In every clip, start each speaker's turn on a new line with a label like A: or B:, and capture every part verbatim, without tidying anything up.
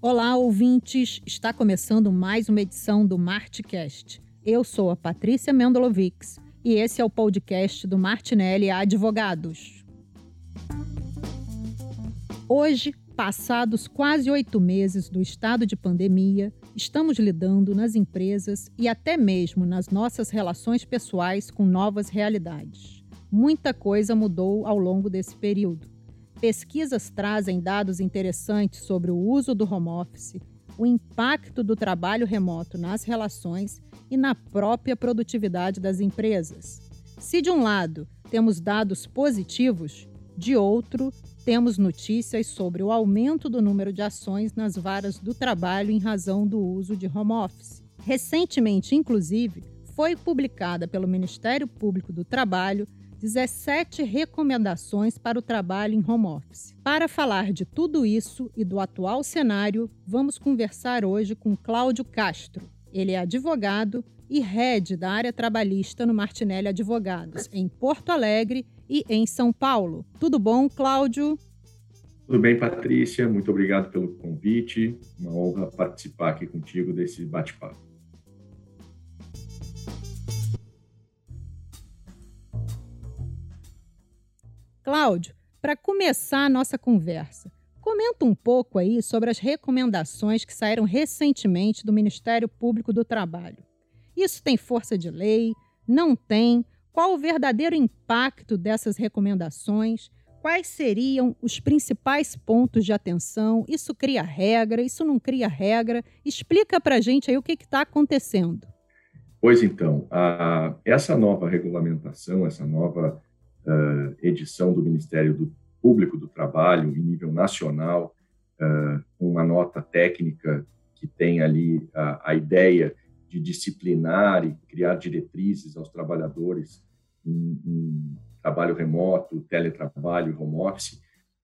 A: Olá, ouvintes! Está começando mais uma edição do Marticast. Eu sou a Patrícia Mendolovics e esse é o podcast do Martinelli Advogados. Hoje, passados quase oito meses do estado de pandemia, estamos lidando nas empresas e até mesmo nas nossas relações pessoais com novas realidades. Muita coisa mudou ao longo desse período. Pesquisas trazem dados interessantes sobre o uso do home office, o impacto do trabalho remoto nas relações e na própria produtividade das empresas. Se de um lado temos dados positivos, de outro temos notícias sobre o aumento do número de ações nas varas do trabalho em razão do uso de home office. Recentemente, inclusive, foi publicada pelo Ministério Público do Trabalho dezessete recomendações para o trabalho em home office. Para falar de tudo isso e do atual cenário, vamos conversar hoje com Cláudio Castro. Ele é advogado e head da área trabalhista no Martinelli Advogados, em Porto Alegre e em São Paulo. Tudo bom, Cláudio?
B: Tudo bem, Patrícia. Muito obrigado pelo convite. Uma honra participar aqui contigo desse bate-papo.
A: Cláudio, para começar a nossa conversa, comenta um pouco aí sobre as recomendações que saíram recentemente do Ministério Público do Trabalho. Isso tem força de lei? Não tem? Qual o verdadeiro impacto dessas recomendações? Quais seriam os principais pontos de atenção? Isso cria regra? Isso não cria regra? Explica para a gente aí o que está acontecendo.
B: Pois então, a, essa nova regulamentação, essa nova uh, edição do Ministério do Público do Trabalho em nível nacional, uh, uma nota técnica que tem ali a, a ideia de disciplinar e criar diretrizes aos trabalhadores em, em trabalho remoto, teletrabalho, home office,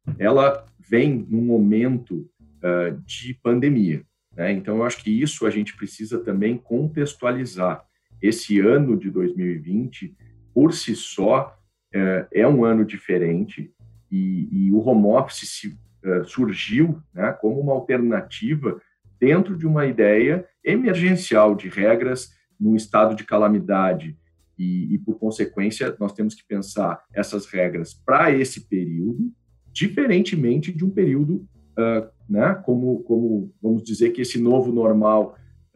B: ela vem num momento uh, de pandemia, né? Então, eu acho que isso a gente precisa também contextualizar. Esse ano de dois mil e vinte, por si só, uh, é um ano diferente e, e o home office se, uh, surgiu, né, como uma alternativa dentro de uma ideia emergencial de regras num estado de calamidade e, e, por consequência, nós temos que pensar essas regras para esse período, diferentemente de um período, uh, né, como, como, vamos dizer que esse novo normal,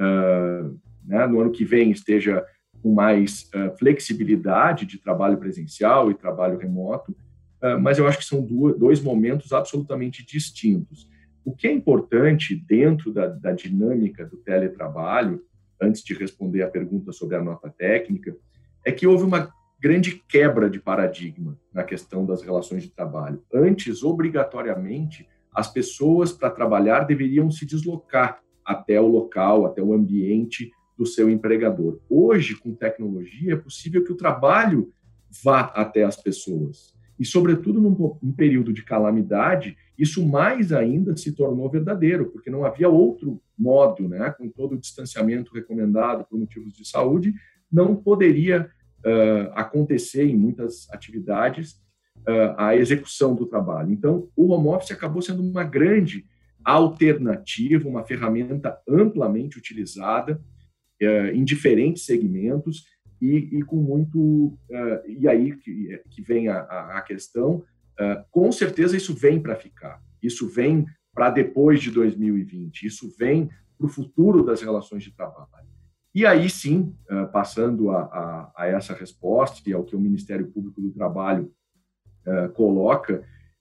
B: uh, né, no ano que vem esteja com mais uh, flexibilidade de trabalho presencial e trabalho remoto, uh, mas eu acho que são duas, dois momentos absolutamente distintos. O que é importante dentro da, da dinâmica do teletrabalho, antes de responder a pergunta sobre a nota técnica, é que houve uma grande quebra de paradigma na questão das relações de trabalho. Antes, obrigatoriamente, as pessoas para trabalhar deveriam se deslocar até o local, até o ambiente do seu empregador. Hoje, com tecnologia, é possível que o trabalho vá até as pessoas. E, sobretudo, num, num período de calamidade, isso mais ainda se tornou verdadeiro, porque não havia outro modo, né, com todo o distanciamento recomendado por motivos de saúde, não poderia uh, acontecer em muitas atividades uh, a execução do trabalho. Então, o home office acabou sendo uma grande alternativa, uma ferramenta amplamente utilizada uh, em diferentes segmentos e, e com muito... Uh, e aí que, que vem a, a questão... Uh, com certeza isso vem para ficar, isso vem para depois de dois mil e vinte, isso vem para o futuro das relações de trabalho. E aí sim, uh, passando a, a, a essa resposta e ao que o Ministério Público do Trabalho uh, coloca,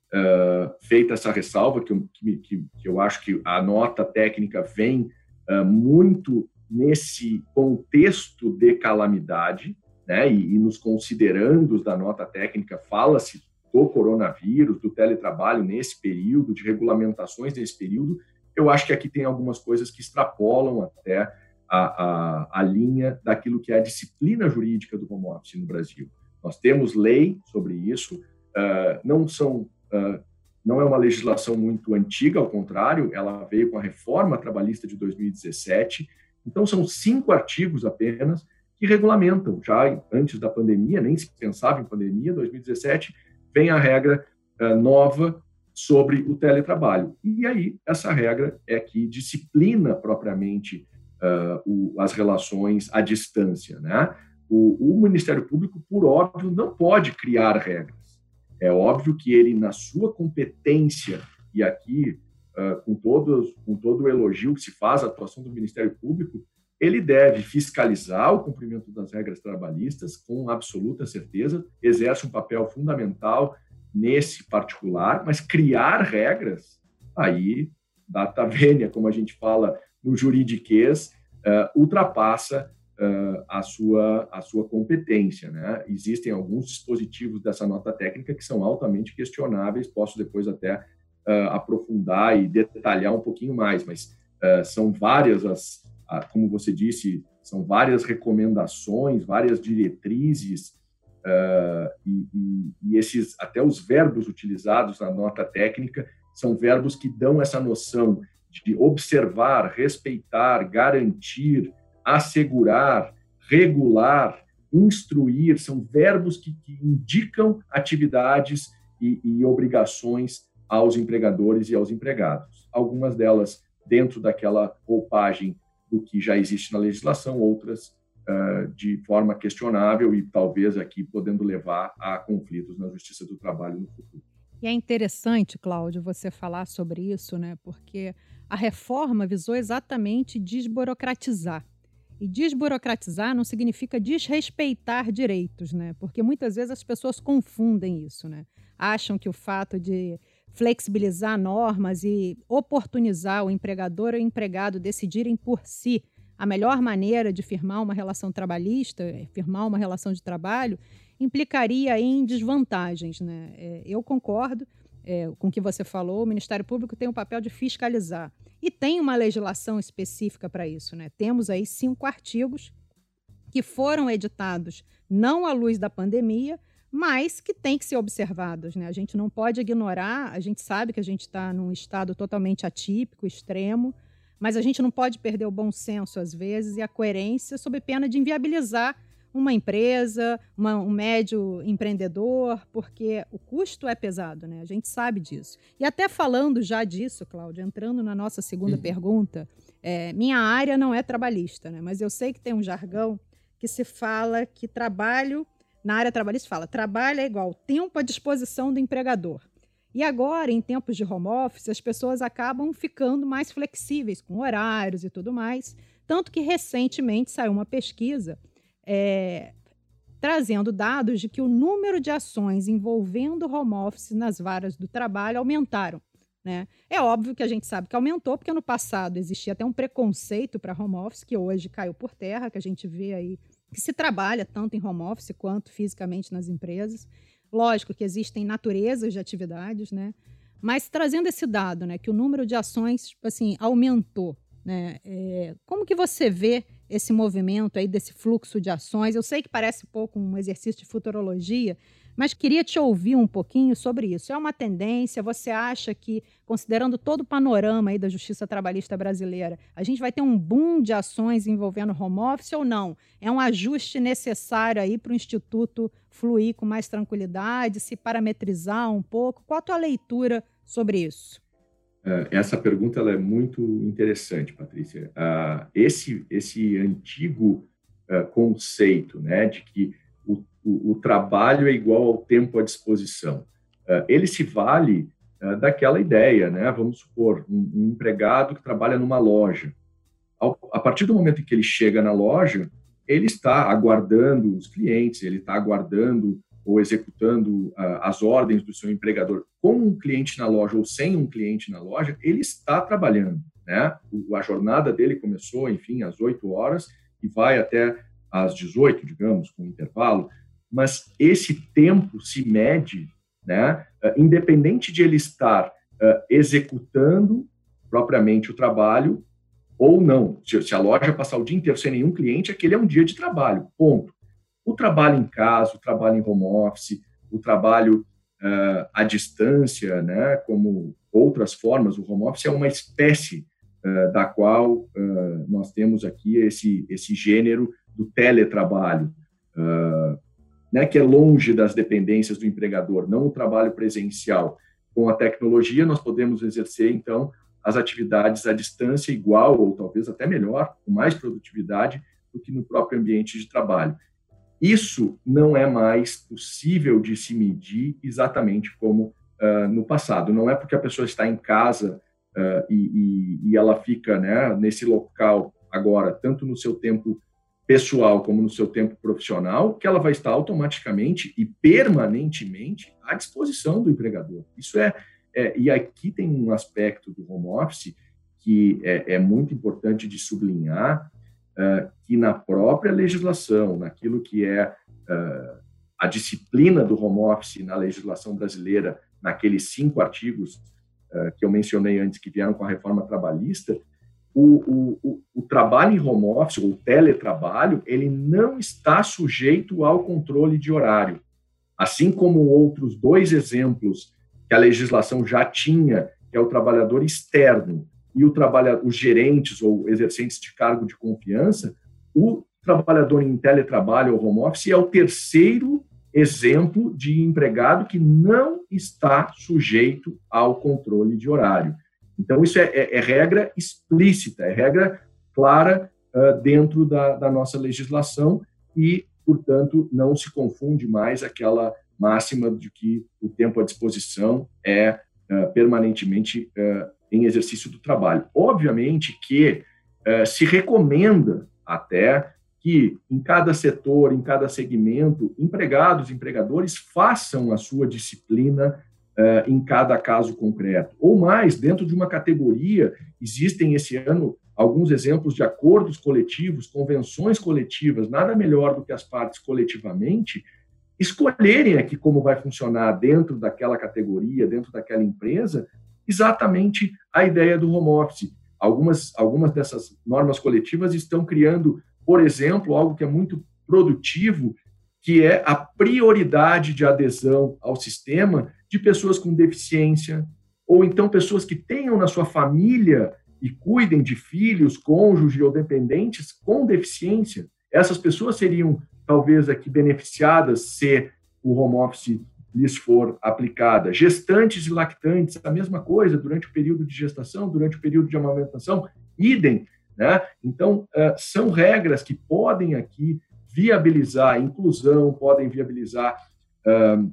B: uh, feita essa ressalva, que eu, que, que, que eu acho que a nota técnica vem uh, muito nesse contexto de calamidade, né, e, e nos considerandos da nota técnica, fala-se do coronavírus, do teletrabalho nesse período, de regulamentações nesse período. Eu acho que aqui tem algumas coisas que extrapolam até a, a, a linha daquilo que é a disciplina jurídica do home office no Brasil. Nós temos lei sobre isso, uh, não, são, uh, não é uma legislação muito antiga, ao contrário, ela veio com a reforma trabalhista de dois mil e dezessete, então são cinco artigos apenas que regulamentam, já antes da pandemia, nem se pensava em pandemia, dois mil e dezessete, vem a regra uh, nova sobre o teletrabalho. E aí, essa regra é que disciplina propriamente uh, o, as relações à distância, né? O, o Ministério Público, por óbvio, não pode criar regras. É óbvio que ele, na sua competência, e aqui, uh, com, todos, com todo o elogio que se faz à atuação do Ministério Público, ele deve fiscalizar o cumprimento das regras trabalhistas com absoluta certeza, exerce um papel fundamental nesse particular, mas criar regras, aí, data vênia, como a gente fala no juridiquês, uh, ultrapassa uh, a, sua, a sua competência, né? Existem alguns dispositivos dessa nota técnica que são altamente questionáveis, posso depois até uh, aprofundar e detalhar um pouquinho mais, mas uh, são várias as, uh, como você disse, são várias recomendações, várias diretrizes. Uh, e, e, e esses, até os verbos utilizados na nota técnica são verbos que dão essa noção de observar, respeitar, garantir, assegurar, regular, instruir, são verbos que, que indicam atividades e, e obrigações aos empregadores e aos empregados. Algumas delas dentro daquela roupagem do que já existe na legislação, outras Uh, de forma questionável e talvez aqui podendo levar a conflitos na Justiça do Trabalho no futuro.
A: E é interessante, Cláudio, você falar sobre isso, né? Porque a reforma visou exatamente desburocratizar. E desburocratizar não significa desrespeitar direitos, né? Porque muitas vezes as pessoas confundem isso, né? Acham que o fato de flexibilizar normas e oportunizar o empregador ou o empregado decidirem por si a melhor maneira de firmar uma relação trabalhista, firmar uma relação de trabalho, implicaria em desvantagens, né? É, eu concordo é, com o que você falou, o Ministério Público tem o papel de fiscalizar. E tem uma legislação específica para isso, né? Temos aí cinco artigos que foram editados não à luz da pandemia, mas que têm que ser observados, né? A gente não pode ignorar, a gente sabe que a gente está num estado totalmente atípico, extremo, mas a gente não pode perder o bom senso, às vezes, e a coerência, sob pena de inviabilizar uma empresa, uma, um médio empreendedor, porque o custo é pesado, né? A gente sabe disso. E até falando já disso, Cláudia, entrando na nossa segunda uhum. pergunta, é, minha área não é trabalhista, né? Mas eu sei que tem um jargão que se fala que trabalho, na área trabalhista fala, trabalho é igual tempo à disposição do empregador. E agora, em tempos de home office, as pessoas acabam ficando mais flexíveis com horários e tudo mais. Tanto que, recentemente, saiu uma pesquisa é, trazendo dados de que o número de ações envolvendo home office nas varas do trabalho aumentaram, né? É óbvio que a gente sabe que aumentou, porque no passado existia até um preconceito para home office, que hoje caiu por terra, que a gente vê aí que se trabalha tanto em home office quanto fisicamente nas empresas. Lógico que existem naturezas de atividades, né? Mas trazendo esse dado, né, que o número de ações, tipo assim, aumentou, né? É, como que você vê esse movimento aí desse fluxo de ações? Eu sei que parece pouco um exercício de futurologia, mas queria te ouvir um pouquinho sobre isso. É uma tendência? Você acha que, considerando todo o panorama aí da justiça trabalhista brasileira, a gente vai ter um boom de ações envolvendo home office ou não? É um ajuste necessário aí para o Instituto fluir com mais tranquilidade, se parametrizar um pouco? Qual a tua leitura sobre isso?
B: Essa pergunta ela é muito interessante, Patrícia. Esse, esse antigo conceito, né, de que o, o, o trabalho é igual ao tempo à disposição, ele se vale daquela ideia, né? Vamos supor, um, um empregado que trabalha numa loja. Ao, a partir do momento em que ele chega na loja, ele está aguardando os clientes, ele está aguardando ou executando uh, as ordens do seu empregador com um cliente na loja ou sem um cliente na loja, ele está trabalhando, né? O, a jornada dele começou, enfim, às oito horas e vai até às dezoito, digamos, com intervalo, mas esse tempo se mede, né? Uh, independente de ele estar uh, executando propriamente o trabalho ou não. Se, se a loja passar o dia inteiro sem nenhum cliente, aquele é um dia de trabalho, ponto. O trabalho em casa, o trabalho em home office, o trabalho uh, à distância, né, como outras formas, o home office é uma espécie uh, da qual uh, nós temos aqui esse, esse gênero do teletrabalho, uh, né, que é longe das dependências do empregador, não o trabalho presencial. com a tecnologia, nós podemos exercer, então, as atividades à distância igual ou talvez até melhor, com mais produtividade do que no próprio ambiente de trabalho. Isso não é mais possível de se medir exatamente como uh, no passado. Não é porque a pessoa está em casa uh, e, e, e ela fica, né, nesse local agora, tanto no seu tempo pessoal como no seu tempo profissional, que ela vai estar automaticamente e permanentemente à disposição do empregador. Isso é, é e aqui tem um aspecto do home office que é, é muito importante de sublinhar, uh, que na própria legislação, naquilo que é uh, a disciplina do home office na legislação brasileira, naqueles cinco artigos uh, que eu mencionei antes, que vieram com a reforma trabalhista, O, o, o trabalho em home office, ou teletrabalho, ele não está sujeito ao controle de horário. Assim como outros dois exemplos que a legislação já tinha, que é o trabalhador externo e o trabalha, os gerentes ou exercentes de cargo de confiança, o trabalhador em teletrabalho ou home office é o terceiro exemplo de empregado que não está sujeito ao controle de horário. Então, isso é, é, é regra explícita, é regra clara uh, dentro da, da nossa legislação e, portanto, não se confunde mais aquela máxima de que o tempo à disposição é uh, permanentemente uh, em exercício do trabalho. Obviamente que uh, se recomenda até que em cada setor, em cada segmento, empregados, empregadores façam a sua disciplina Uh, em cada caso concreto. Ou mais, dentro de uma categoria, existem esse ano alguns exemplos de acordos coletivos, convenções coletivas, nada melhor do que as partes coletivamente escolherem aqui como vai funcionar dentro daquela categoria, dentro daquela empresa, exatamente a ideia do home office. Algumas, algumas dessas normas coletivas estão criando, por exemplo, algo que é muito produtivo, que é a prioridade de adesão ao sistema de pessoas com deficiência, ou então pessoas que tenham na sua família e cuidem de filhos, cônjuges ou dependentes com deficiência. Essas pessoas seriam, talvez, aqui beneficiadas se o home office lhes for aplicada. Gestantes e lactantes, a mesma coisa, durante o período de gestação, durante o período de amamentação, idem, né? Então, são regras que podem aqui viabilizar a inclusão, podem viabilizar uh,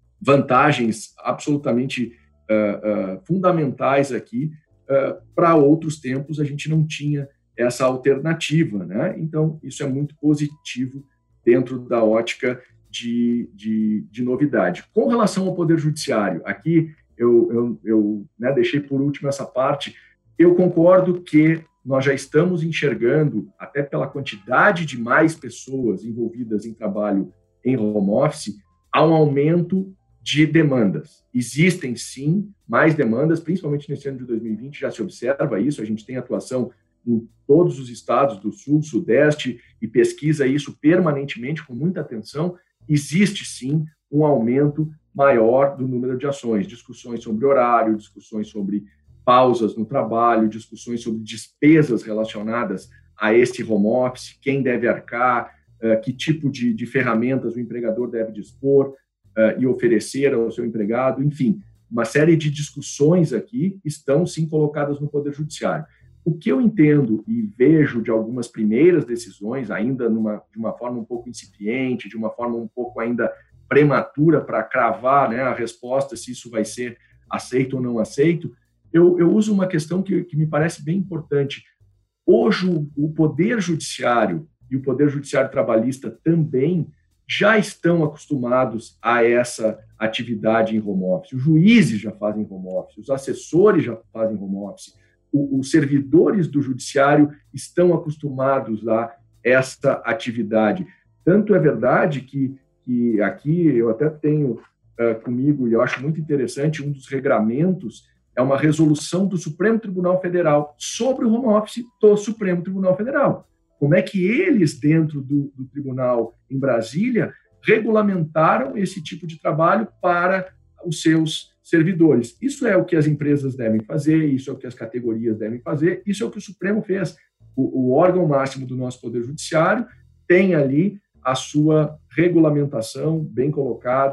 B: vantagens absolutamente uh, uh, fundamentais aqui. Uh, para outros tempos, a gente não tinha essa alternativa, né? Então, isso é muito positivo dentro da ótica de, de, de novidade. Com relação ao Poder Judiciário, aqui eu, eu, eu né, deixei por último essa parte, eu concordo que nós já estamos enxergando, até pela quantidade de mais pessoas envolvidas em trabalho em home office, há um aumento de demandas. Existem, sim, mais demandas, principalmente nesse ano de dois mil e vinte, já se observa isso, a gente tem atuação em todos os estados do Sul, Sudeste, e pesquisa isso permanentemente, com muita atenção. Existe, sim, um aumento maior do número de ações, discussões sobre horário, discussões sobre pausas no trabalho, discussões sobre despesas relacionadas a este home office, quem deve arcar, uh, que tipo de, de ferramentas o empregador deve dispor uh, e oferecer ao seu empregado, enfim, uma série de discussões aqui estão, sim, colocadas no Poder Judiciário. O que eu entendo e vejo de algumas primeiras decisões, ainda numa, de uma forma um pouco incipiente, de uma forma um pouco ainda prematura para cravar, né, a resposta, se isso vai ser aceito ou não aceito, Eu, eu uso uma questão que, que me parece bem importante. Hoje, o, o Poder Judiciário e o Poder Judiciário Trabalhista também já estão acostumados a essa atividade em home office. Os juízes já fazem home office, os assessores já fazem home office, o, os servidores do Judiciário estão acostumados a essa atividade. Tanto é verdade que, que aqui eu até tenho uh, comigo, e eu acho muito interessante, um dos regramentos é uma resolução do Supremo Tribunal Federal sobre o home office do Supremo Tribunal Federal. Como é que eles, dentro do, do tribunal em Brasília, regulamentaram esse tipo de trabalho para os seus servidores. Isso é o que as empresas devem fazer, isso é o que as categorias devem fazer, isso é o que o Supremo fez. O, o órgão máximo do nosso Poder Judiciário tem ali a sua regulamentação bem colocada,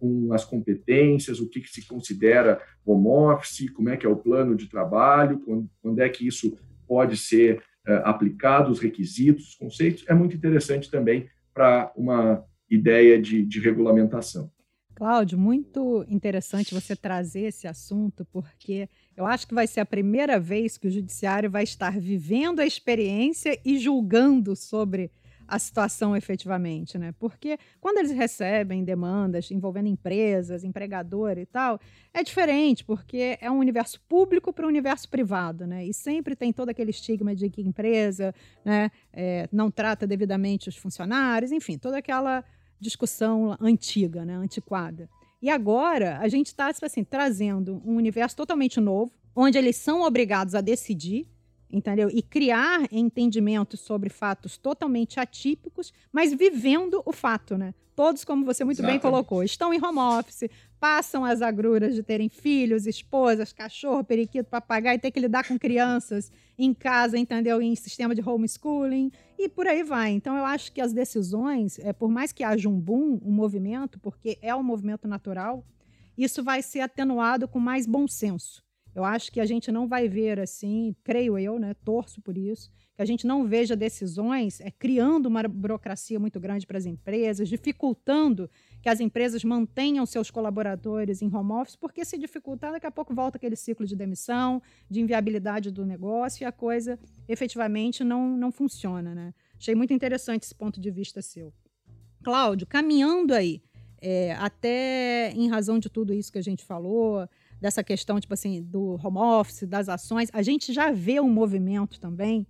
B: com as competências, o que, que se considera home office, como é que é o plano de trabalho, quando, quando é que isso pode ser uh, aplicado, os requisitos, os conceitos, é muito interessante também para uma ideia de, de regulamentação.
A: Cláudio, muito interessante você trazer esse assunto, porque eu acho que vai ser a primeira vez que o judiciário vai estar vivendo a experiência e julgando sobre a situação efetivamente, né? Porque quando eles recebem demandas envolvendo empresas, empregador e tal, é diferente, porque é um universo público para um universo privado, né? E sempre tem todo aquele estigma de que a empresa, né, é, não trata devidamente os funcionários, enfim, toda aquela discussão antiga, né, antiquada. E agora a gente está assim, trazendo um universo totalmente novo, onde eles são obrigados a decidir, entendeu? E criar entendimentos sobre fatos totalmente atípicos, mas vivendo o fato, né? Todos, como você muito Exatamente. Bem colocou, estão em home office, passam as agruras de terem filhos, esposas, cachorro, periquito, papagaio, e ter que lidar com crianças em casa, entendeu? Em sistema de homeschooling e por aí vai. Então, eu acho que as decisões, é, por mais que haja um boom, um movimento, porque é um movimento natural, isso vai ser atenuado com mais bom senso. Eu acho que a gente não vai ver assim, creio eu, né, torço por isso, que a gente não veja decisões é, criando uma burocracia muito grande para as empresas, dificultando que as empresas mantenham seus colaboradores em home office, porque se dificultar, daqui a pouco volta aquele ciclo de demissão, de inviabilidade do negócio e a coisa efetivamente não, não funciona, né? Achei muito interessante esse ponto de vista seu. Cláudio, caminhando aí, é, até em razão de tudo isso que a gente falou, dessa questão, tipo assim, do home office, das ações, a gente já vê um movimento também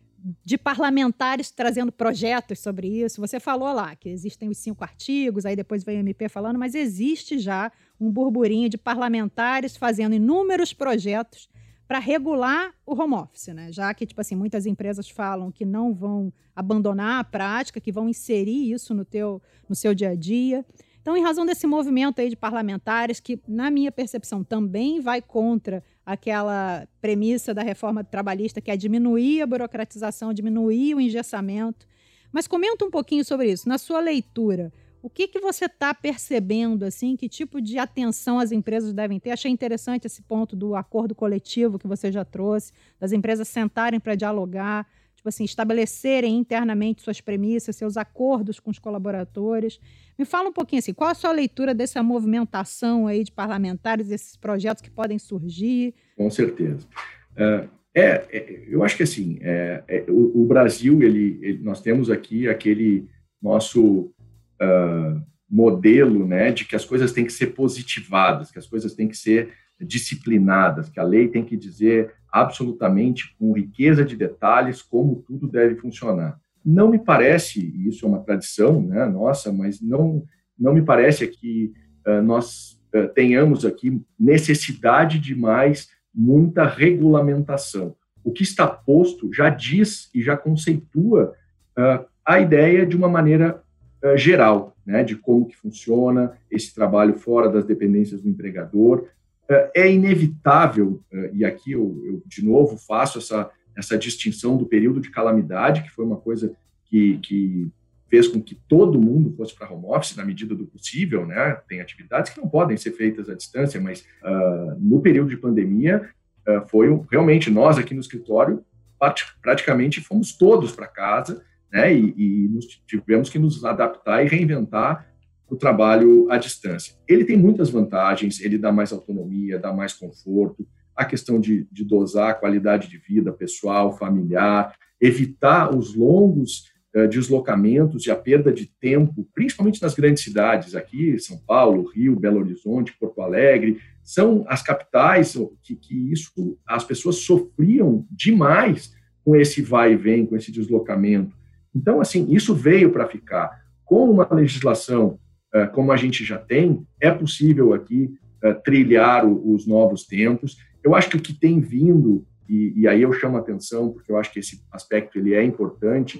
A: de parlamentares trazendo projetos sobre isso. Você falou lá que existem os cinco artigos, aí depois vem o M P falando, mas existe já um burburinho de parlamentares fazendo inúmeros projetos para regular o home office, né? Já que, tipo assim, muitas empresas falam que não vão abandonar a prática, que vão inserir isso no, teu, no seu dia a dia. Então, em razão desse movimento aí de parlamentares, que, na minha percepção, também vai contra aquela premissa da reforma trabalhista, que é diminuir a burocratização, diminuir o engessamento. Mas comenta um pouquinho sobre isso. Na sua leitura, o que, que você está percebendo, assim, que tipo de atenção as empresas devem ter? Achei interessante esse ponto do acordo coletivo que você já trouxe, das empresas sentarem para dialogar, tipo assim, estabelecerem internamente suas premissas, seus acordos com os colaboradores. Me fala um pouquinho assim, qual a sua leitura dessa movimentação aí de parlamentares, desses projetos que podem surgir?
B: Com certeza. É, é eu acho que assim, é, é, o, o Brasil, ele, ele, nós temos aqui aquele nosso uh, modelo, né, de que as coisas têm que ser positivadas, que as coisas têm que ser disciplinadas, que a lei tem que dizer absolutamente, com riqueza de detalhes, como tudo deve funcionar. Não me parece, e isso é uma tradição, né, nossa, mas não, não me parece que uh, nós uh, tenhamos aqui necessidade de mais muita regulamentação. O que está posto já diz e já conceitua uh, a ideia de uma maneira uh, geral, né, de como que funciona esse trabalho fora das dependências do empregador. Uh, é inevitável, uh, e aqui eu, eu de novo faço essa essa distinção do período de calamidade, que foi uma coisa que, que fez com que todo mundo fosse para home office na medida do possível, né? Tem atividades que não podem ser feitas à distância, mas uh, no período de pandemia uh, foi um, realmente nós aqui no escritório praticamente fomos todos para casa, né? E, e nos, tivemos que nos adaptar e reinventar o trabalho à distância. Ele tem muitas vantagens, ele dá mais autonomia, dá mais conforto, a questão de, de dosar a qualidade de vida pessoal, familiar, evitar os longos uh, deslocamentos e a perda de tempo, principalmente nas grandes cidades aqui, São Paulo, Rio, Belo Horizonte, Porto Alegre, são as capitais que, que isso, as pessoas sofriam demais com esse vai e vem, com esse deslocamento. Então, assim, isso veio para ficar. Com uma legislação uh, como a gente já tem, é possível aqui uh, trilhar o, os novos tempos. Eu acho que o que tem vindo, e, e aí eu chamo a atenção, porque eu acho que esse aspecto ele é importante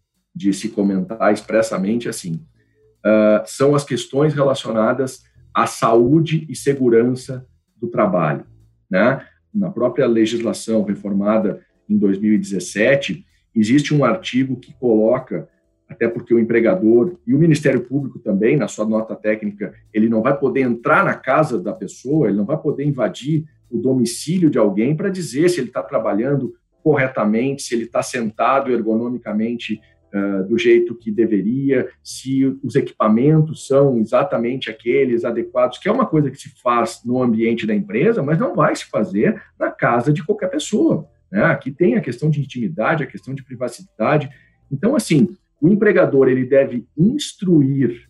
B: de se comentar expressamente, assim, uh, são as questões relacionadas à saúde e segurança do trabalho, né? Na própria legislação reformada em dois mil e dezessete, existe um artigo que coloca até porque o empregador e o Ministério Público também, na sua nota técnica, ele não vai poder entrar na casa da pessoa, ele não vai poder invadir o domicílio de alguém para dizer se ele está trabalhando corretamente, se ele está sentado ergonomicamente uh, do jeito que deveria, se os equipamentos são exatamente aqueles adequados, que é uma coisa que se faz no ambiente da empresa, mas não vai se fazer na casa de qualquer pessoa, né? Aqui tem a questão de intimidade, a questão de privacidade. Então, assim, o empregador ele deve instruir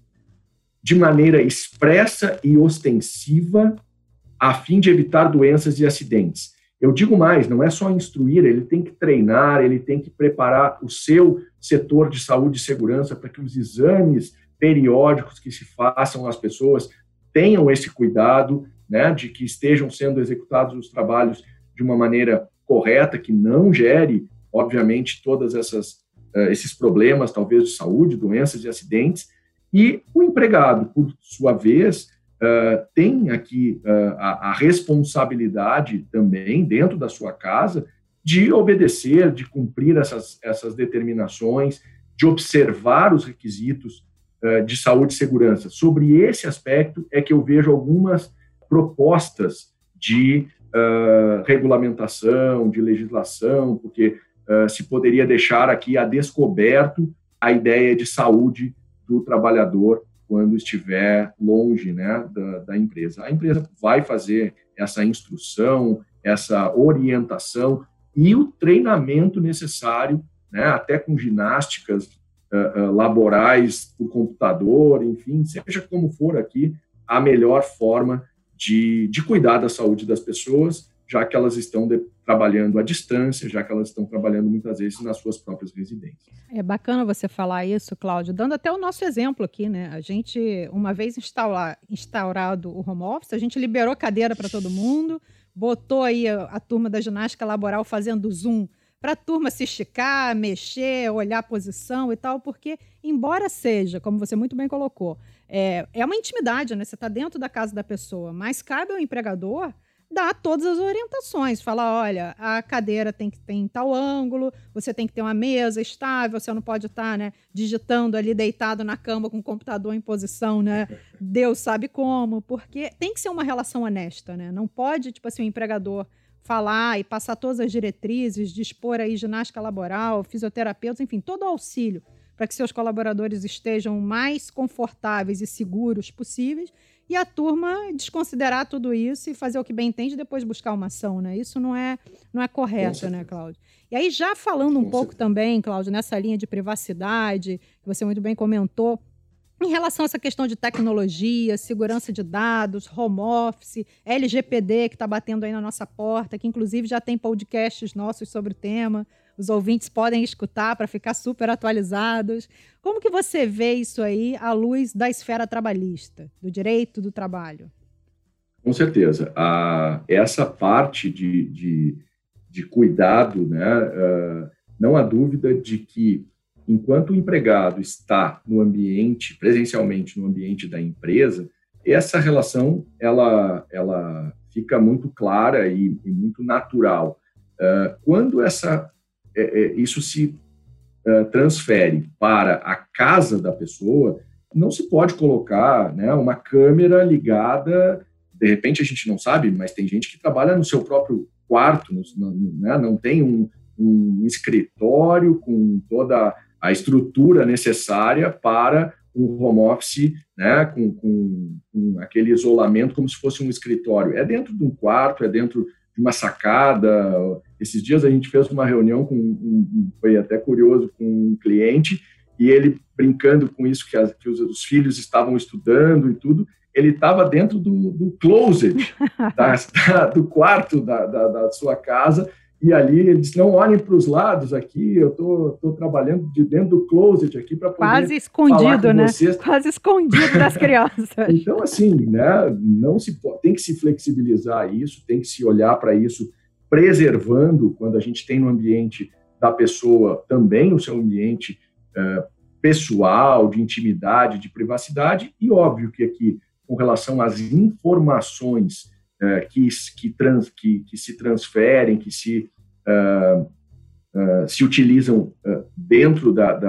B: de maneira expressa e ostensiva a fim de evitar doenças e acidentes. Eu digo mais, não é só instruir, ele tem que treinar, ele tem que preparar o seu setor de saúde e segurança para que os exames periódicos que se façam às pessoas tenham esse cuidado, né, de que estejam sendo executados os trabalhos de uma maneira correta, que não gere, obviamente, todas essas uh, esses problemas, talvez de saúde, doenças e acidentes. E o empregado, por sua vez, Uh, tem aqui uh, a, a responsabilidade também, dentro da sua casa, de obedecer, de cumprir essas, essas determinações, de observar os requisitos uh, de saúde e segurança. Sobre esse aspecto é que eu vejo algumas propostas de uh, regulamentação, de legislação, porque uh, se poderia deixar aqui a descoberto a ideia de saúde do trabalhador quando estiver longe, né, da, da empresa. A empresa vai fazer essa instrução, essa orientação e o treinamento necessário, né, até com ginásticas uh, uh, laborais por computador, enfim, seja como for aqui, a melhor forma de, de cuidar da saúde das pessoas, já que elas estão de, trabalhando à distância, já que elas estão trabalhando muitas vezes nas suas próprias residências.
A: É bacana você falar isso, Cláudio, dando até o nosso exemplo aqui, né? A gente, uma vez instaurar, instaurado o home office, a gente liberou cadeira para todo mundo, botou aí a, a turma da ginástica laboral fazendo Zoom para a turma se esticar, mexer, olhar a posição e tal, porque, embora seja, como você muito bem colocou, é, é uma intimidade, né? Você está dentro da casa da pessoa, mas cabe ao empregador dar todas as orientações, falar, olha, a cadeira tem que ter em tal ângulo, você tem que ter uma mesa estável, você não pode estar, né, digitando ali deitado na cama com o computador em posição, né, Deus sabe como, porque tem que ser uma relação honesta, né, não pode, tipo assim, o empregador falar e passar todas as diretrizes, dispor aí ginástica laboral, fisioterapeutas, enfim, todo o auxílio para que seus colaboradores estejam mais confortáveis e seguros possíveis, e a turma desconsiderar tudo isso e fazer o que bem entende e depois buscar uma ação, né? Isso não é, não é correto, né, Cláudio? E aí, já falando um Com pouco certeza. também, Cláudio, nessa linha de privacidade, que você muito bem comentou, em relação a essa questão de tecnologia, segurança de dados, home office, L G P D que está batendo aí na nossa porta, que inclusive já tem podcasts nossos sobre o tema, os ouvintes podem escutar para ficar super atualizados. Como que você vê isso aí à luz da esfera trabalhista, do direito do trabalho?
B: Com certeza. A, essa parte de, de, de cuidado, né, uh, não há dúvida de que, enquanto o empregado está no ambiente, presencialmente no ambiente da empresa, essa relação ela, ela fica muito clara e, e muito natural. Uh, quando essa isso se uh, transfere para a casa da pessoa, não se pode colocar, né, uma câmera ligada, de repente a gente não sabe, mas tem gente que trabalha no seu próprio quarto, no, no, né, não tem um, um escritório com toda a estrutura necessária para um home office, né, com, com, com aquele isolamento como se fosse um escritório. É dentro de um quarto, é dentro de uma sacada. Esses dias a gente fez uma reunião, com um, foi até curioso, com um cliente, e ele brincando com isso, que, as, que os, os filhos estavam estudando e tudo, ele estava dentro do, do closet, da, da, do quarto da, da, da sua casa, e ali ele disse, não olhem para os lados aqui, eu tô, tô trabalhando de dentro do closet aqui para poder
A: Quase escondido,
B: falar com
A: né?
B: vocês.
A: Quase escondido das crianças.
B: Então, assim, né, não se, tem que se flexibilizar isso, tem que se olhar para isso, preservando, quando a gente tem no ambiente da pessoa também o seu ambiente uh, pessoal, de intimidade, de privacidade, e óbvio que aqui, com relação às informações uh, que, que, trans, que, que se transferem, que se, uh, uh, se utilizam uh, dentro da, da,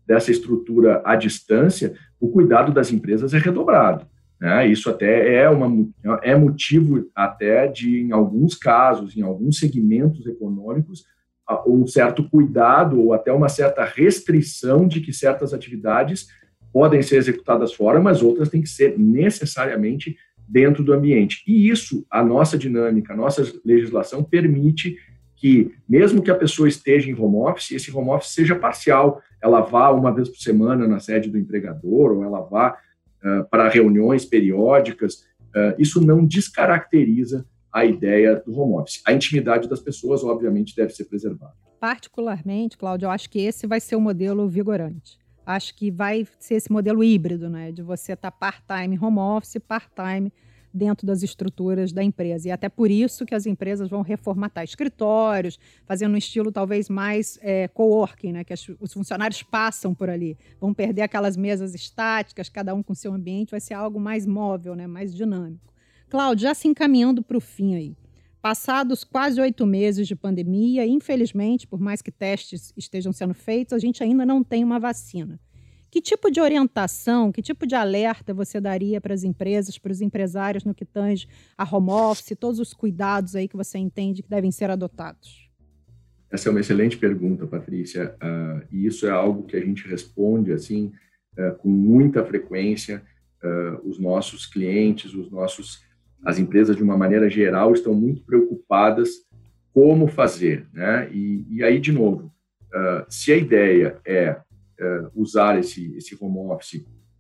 B: dessa estrutura à distância, o cuidado das empresas é redobrado. Né? Isso até é, uma, é motivo até de, em alguns casos, em alguns segmentos econômicos, um certo cuidado ou até uma certa restrição de que certas atividades podem ser executadas fora, mas outras têm que ser necessariamente dentro do ambiente. E isso, a nossa dinâmica, a nossa legislação permite que, mesmo que a pessoa esteja em home office, esse home office seja parcial, ela vá uma vez por semana na sede do empregador, ou ela vá uh, para reuniões periódicas, uh, isso não descaracteriza a ideia do home office. A intimidade das pessoas, obviamente, deve ser preservada.
A: Particularmente, Cláudio, eu acho que esse vai ser o modelo vigorante. Acho que vai ser esse modelo híbrido, né? De você estar part-time home office, part-time dentro das estruturas da empresa. E até por isso que as empresas vão reformatar escritórios, fazendo um estilo talvez mais é, coworking, né? Que as, os funcionários passam por ali. Vão perder aquelas mesas estáticas, cada um com seu ambiente, vai ser algo mais móvel, né? Mais dinâmico. Cláudio, já se encaminhando para o fim aí. Passados quase oito meses de pandemia, infelizmente, por mais que testes estejam sendo feitos, a gente ainda não tem uma vacina. Que tipo de orientação, que tipo de alerta você daria para as empresas, para os empresários no que tange a home office, todos os cuidados aí que você entende que devem ser adotados?
B: Essa é uma excelente pergunta, Patrícia, uh, e isso é algo que a gente responde assim uh, com muita frequência. Uh, os nossos clientes, os nossos As empresas, de uma maneira geral, estão muito preocupadas como fazer, né? E, e aí, de novo, uh, se a ideia é uh, usar esse, esse home office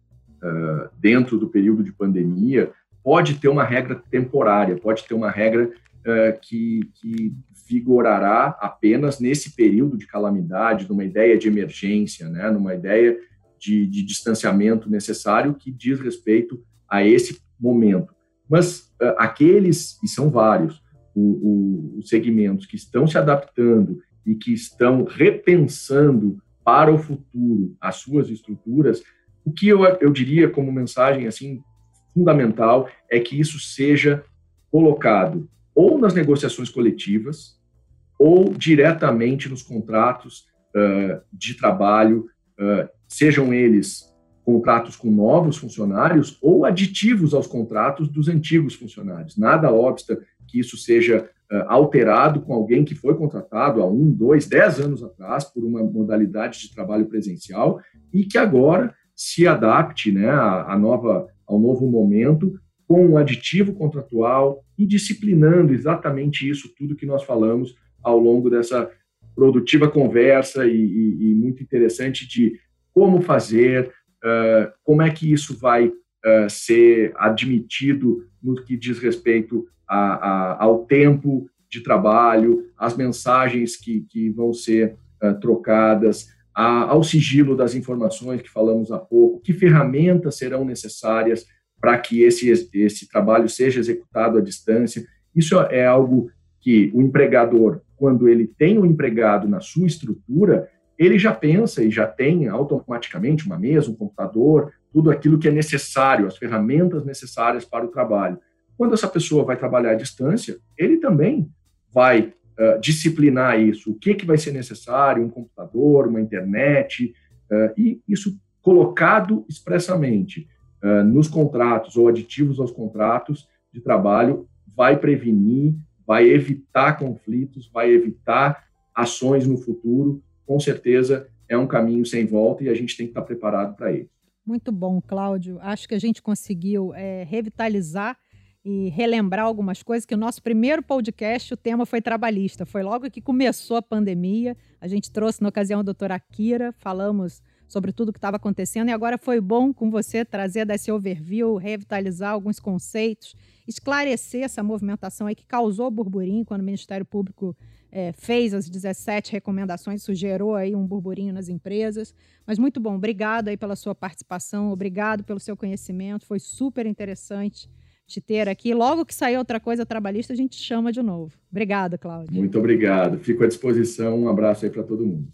B: uh, dentro do período de pandemia, pode ter uma regra temporária, pode ter uma regra uh, que, que vigorará apenas nesse período de calamidade, numa ideia de emergência, né? Numa ideia de, de distanciamento necessário que diz respeito a esse momento. Mas uh, aqueles, e são vários, o, o, os segmentos que estão se adaptando e que estão repensando para o futuro as suas estruturas, o que eu, eu diria como mensagem assim, fundamental é que isso seja colocado ou nas negociações coletivas ou diretamente nos contratos uh, de trabalho, uh, sejam eles contratos com novos funcionários ou aditivos aos contratos dos antigos funcionários. Nada obsta que isso seja uh, alterado com alguém que foi contratado há um, dois, dez anos atrás por uma modalidade de trabalho presencial e que agora se adapte, né, a, a nova, ao novo momento com um aditivo contratual e disciplinando exatamente isso tudo que nós falamos ao longo dessa produtiva conversa e, e, e muito interessante de como fazer, Uh, como é que isso vai uh, ser admitido no que diz respeito a, a, ao tempo de trabalho, às mensagens que, que vão ser uh, trocadas, a, ao sigilo das informações que falamos há pouco, que ferramentas serão necessárias para que esse, esse trabalho seja executado à distância. Isso é algo que o empregador, quando ele tem um empregado na sua estrutura, ele já pensa e já tem automaticamente uma mesa, um computador, tudo aquilo que é necessário, as ferramentas necessárias para o trabalho. Quando essa pessoa vai trabalhar à distância, ele também vai uh, disciplinar isso. O que, que vai ser necessário, um computador, uma internet, uh, e isso colocado expressamente uh, nos contratos ou aditivos aos contratos de trabalho vai prevenir, vai evitar conflitos, vai evitar ações no futuro. Com certeza é um caminho sem volta e a gente tem que estar preparado para ele.
A: Muito bom, Cláudio. Acho que a gente conseguiu é, revitalizar e relembrar algumas coisas, que o nosso primeiro podcast, o tema foi trabalhista. Foi logo que começou a pandemia. A gente trouxe, na ocasião, a doutora Akira, falamos sobre tudo o que estava acontecendo e agora foi bom com você trazer desse overview, revitalizar alguns conceitos, esclarecer essa movimentação aí que causou burburinho quando o Ministério Público É, fez as dezessete recomendações, isso gerou aí um burburinho nas empresas, mas muito bom, obrigado aí pela sua participação, obrigado pelo seu conhecimento, foi super interessante te ter aqui, logo que sair outra coisa trabalhista a gente chama de novo. Obrigada, Cláudio.
B: Muito obrigado, fico à disposição, um abraço aí para todo mundo.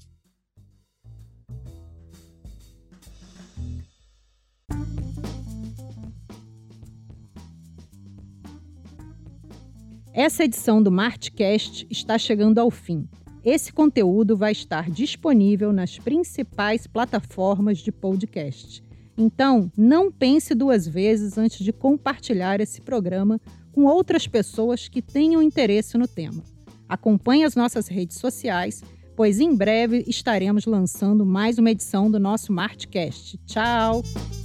A: Essa edição do Martcast está chegando ao fim. Esse conteúdo vai estar disponível nas principais plataformas de podcast. Então, não pense duas vezes antes de compartilhar esse programa com outras pessoas que tenham interesse no tema. Acompanhe as nossas redes sociais, pois em breve estaremos lançando mais uma edição do nosso MartCast. Tchau!